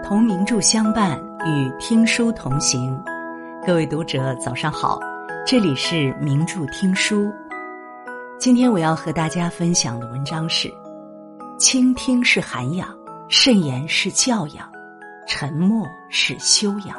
同名著相伴，与听书同行。各位读者早上好，这里是名著听书。今天我要和大家分享的文章是：倾听是涵养，慎言是教养，沉默是修养。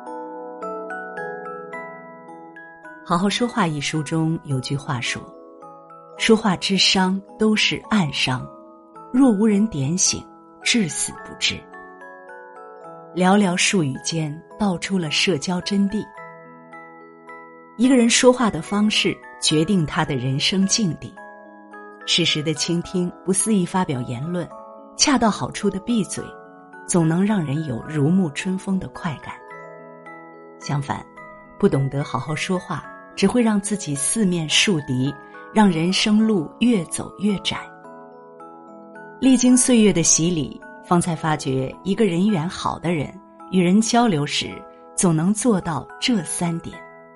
好好说话一书中有句话说，说话之伤都是暗伤，若无人点醒，至死不知。寥寥数语间道出了社交真谛。一个人说话的方式决定他的人生境地，适时的倾听，不肆意发表言论，恰到好处的闭嘴，总能让人有如沐春风的快感。相反，不懂得好好说话，只会让自己四面树敌，让人生路越走越窄。历经岁月的洗礼，方才发觉一个人缘好的人，与人交流时总能做到这三点。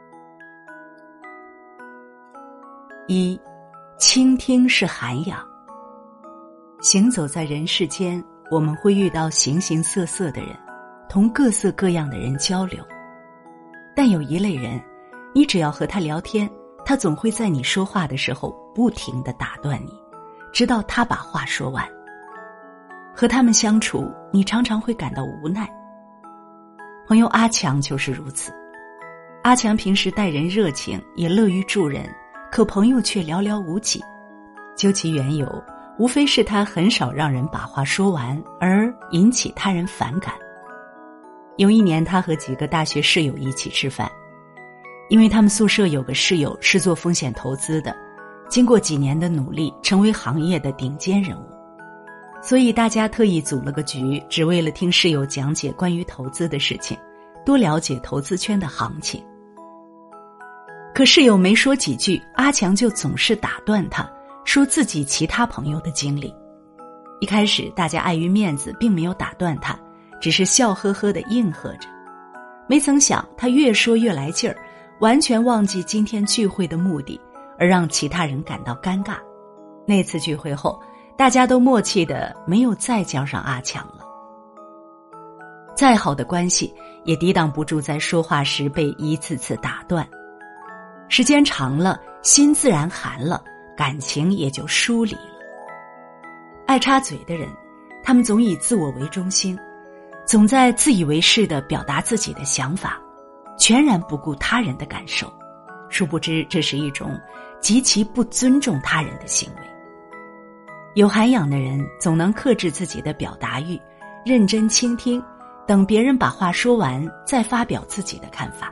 一，倾听是涵养。行走在人世间，我们会遇到形形色色的人，同各色各样的人交流。但有一类人，你只要和他聊天，他总会在你说话的时候不停地打断你，直到他把话说完。和他们相处，你常常会感到无奈。朋友阿强就是如此。阿强平时待人热情，也乐于助人，可朋友却寥寥无几。究其缘由，无非是他很少让人把话说完，而引起他人反感。有一年，他和几个大学室友一起吃饭，因为他们宿舍有个室友是做风险投资的，经过几年的努力，成为行业的顶尖人物。所以大家特意组了个局，只为了听室友讲解关于投资的事情，多了解投资圈的行情。可室友没说几句，阿强就总是打断他，说自己其他朋友的经历。一开始大家碍于面子，并没有打断他，只是笑呵呵地应和着。没曾想他越说越来劲儿，完全忘记今天聚会的目的，而让其他人感到尴尬。那次聚会后，大家都默契的没有再叫上阿强了。再好的关系也抵挡不住在说话时被一次次打断，时间长了，心自然寒了，感情也就疏离了。爱插嘴的人，他们总以自我为中心，总在自以为是地表达自己的想法，全然不顾他人的感受，殊不知这是一种极其不尊重他人的行为。有涵养的人总能克制自己的表达欲，认真倾听，等别人把话说完，再发表自己的看法。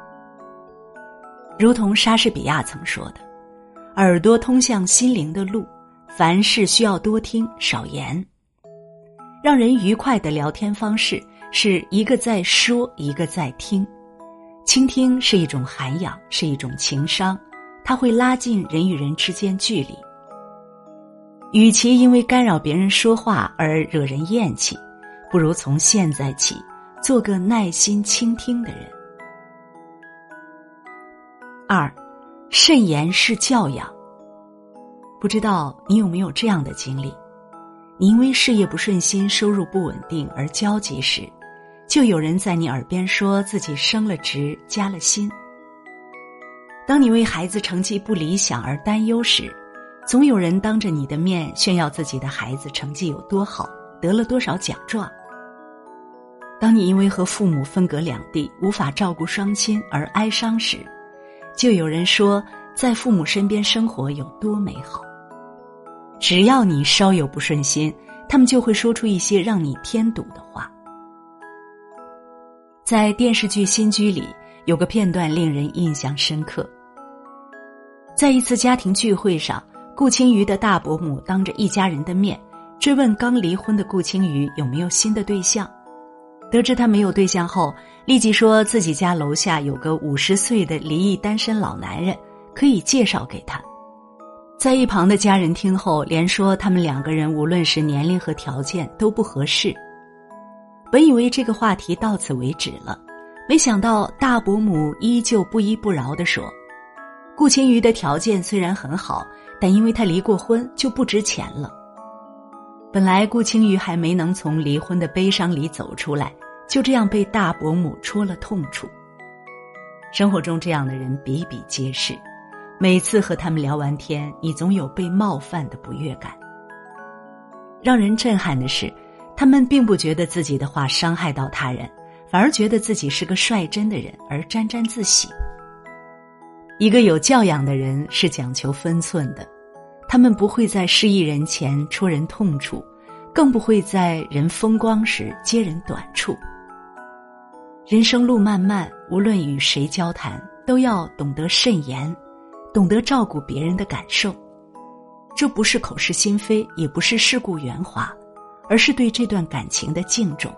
如同莎士比亚曾说的，耳朵通向心灵的路，凡事需要多听少言。让人愉快的聊天方式是一个在说，一个在听。倾听是一种涵养，是一种情商，它会拉近人与人之间距离。与其因为干扰别人说话而惹人厌弃，不如从现在起做个耐心倾听的人。二，慎言是教养。不知道你有没有这样的经历，你因为事业不顺心，收入不稳定而焦急时，就有人在你耳边说自己升了职，加了薪。当你为孩子成绩不理想而担忧时，总有人当着你的面炫耀自己的孩子成绩有多好，得了多少奖状。当你因为和父母分隔两地，无法照顾双亲而哀伤时，就有人说在父母身边生活有多美好。只要你稍有不顺心，他们就会说出一些让你添堵的话。在电视剧《新居》里，有个片段令人印象深刻。在一次家庭聚会上，顾青瑜的大伯母当着一家人的面追问刚离婚的顾青瑜有没有新的对象。得知他没有对象后，立即说自己家楼下有个50岁的离异单身老男人，可以介绍给他。在一旁的家人听后，连说他们两个人无论是年龄和条件都不合适。本以为这个话题到此为止了，没想到大伯母依旧不依不饶地说，顾青瑜的条件虽然很好，但因为他离过婚就不值钱了。 本来顾青瑜还没能从离婚的悲伤里走出来，就这样被大伯母戳了痛处。生活中这样的人比比皆是，每次和他们聊完天，你总有被冒犯的不悦感。让人震撼的是，他们并不觉得自己的话伤害到他人，反而觉得自己是个率真的人而沾沾自喜。一个有教养的人是讲求分寸的，他们不会在失意人前戳人痛处，更不会在人风光时揭人短处。人生路漫漫，无论与谁交谈，都要懂得慎言，懂得照顾别人的感受。这不是口是心非，也不是世故圆滑，而是对这段感情的敬重。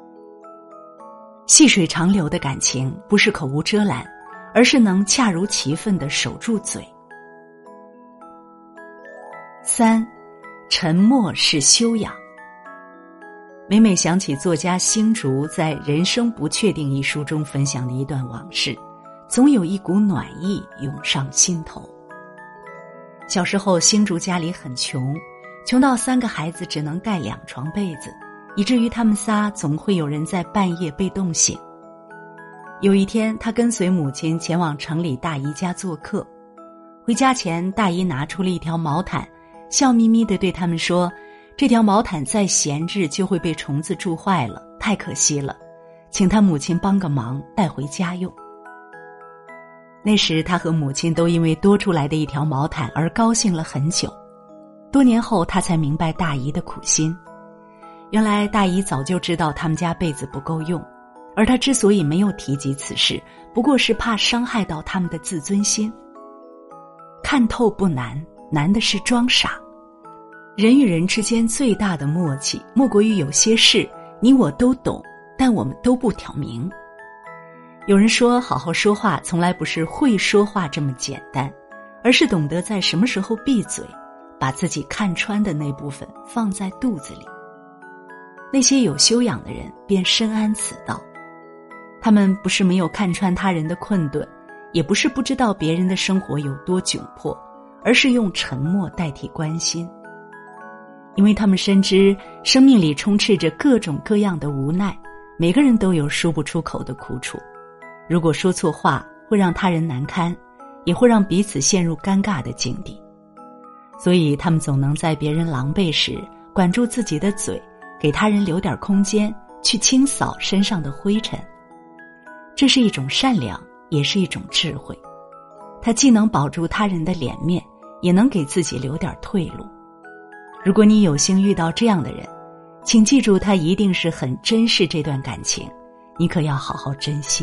细水长流的感情不是口无遮拦，而是能恰如其分地守住嘴。3. 沉默是修养。每每想起作家星竹在《人生不确定》一书中分享的一段往事，总有一股暖意涌上心头。小时候，星竹家里很穷，穷到3个孩子只能盖2床被子，以至于他们仨总会有人在半夜被冻醒。有一天，他跟随母亲前往城里大姨家做客，回家前，大姨拿出了一条毛毯，笑眯眯地对他们说，这条毛毯再闲置就会被虫子蛀坏了，太可惜了，请他母亲帮个忙带回家用。那时他和母亲都因为多出来的一条毛毯而高兴了很久。多年后他才明白大姨的苦心，原来大姨早就知道他们家被子不够用，而他之所以没有提及此事，不过是怕伤害到他们的自尊心。看透不难，难的是装傻。人与人之间最大的默契，莫过于有些事你我都懂，但我们都不挑明。有人说，好好说话从来不是会说话这么简单，而是懂得在什么时候闭嘴，把自己看穿的那部分放在肚子里。那些有修养的人便深谙此道，他们不是没有看穿他人的困顿，也不是不知道别人的生活有多窘迫，而是用沉默代替关心。因为他们深知生命里充斥着各种各样的无奈，每个人都有说不出口的苦楚。如果说错话，会让他人难堪，也会让彼此陷入尴尬的境地。所以他们总能在别人狼狈时管住自己的嘴，给他人留点空间，去清扫身上的灰尘。这是一种善良，也是一种智慧。它既能保住他人的脸面，也能给自己留点退路。如果你有幸遇到这样的人，请记住，他一定是很珍视这段感情，你可要好好珍惜。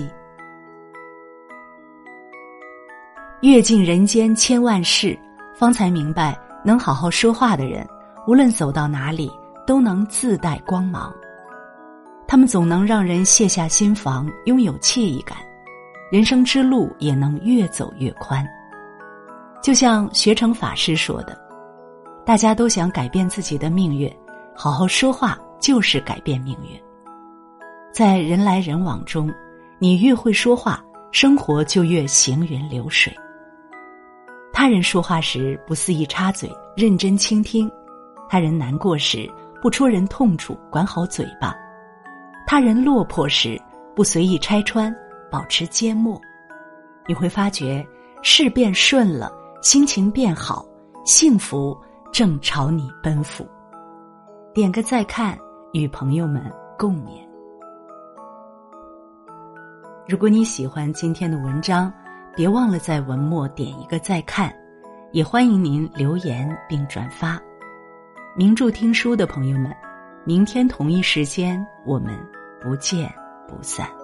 阅尽人间千万事，方才明白，能好好说话的人，无论走到哪里，都能自带光芒。他们总能让人卸下心防，拥有惬意感，人生之路也能越走越宽。就像学成法师说的，大家都想改变自己的命运，好好说话就是改变命运。在人来人往中，你越会说话，生活就越行云流水。他人说话时不肆意插嘴，认真倾听；他人难过时不戳人痛处，管好嘴巴；他人落魄时不随意拆穿，保持缄默。你会发觉事变顺了，心情变好，幸福正朝你奔赴。点个再看，与朋友们共勉。如果你喜欢今天的文章，别忘了在文末点一个再看，也欢迎您留言并转发。名著听书的朋友们，明天同一时间我们不见不散。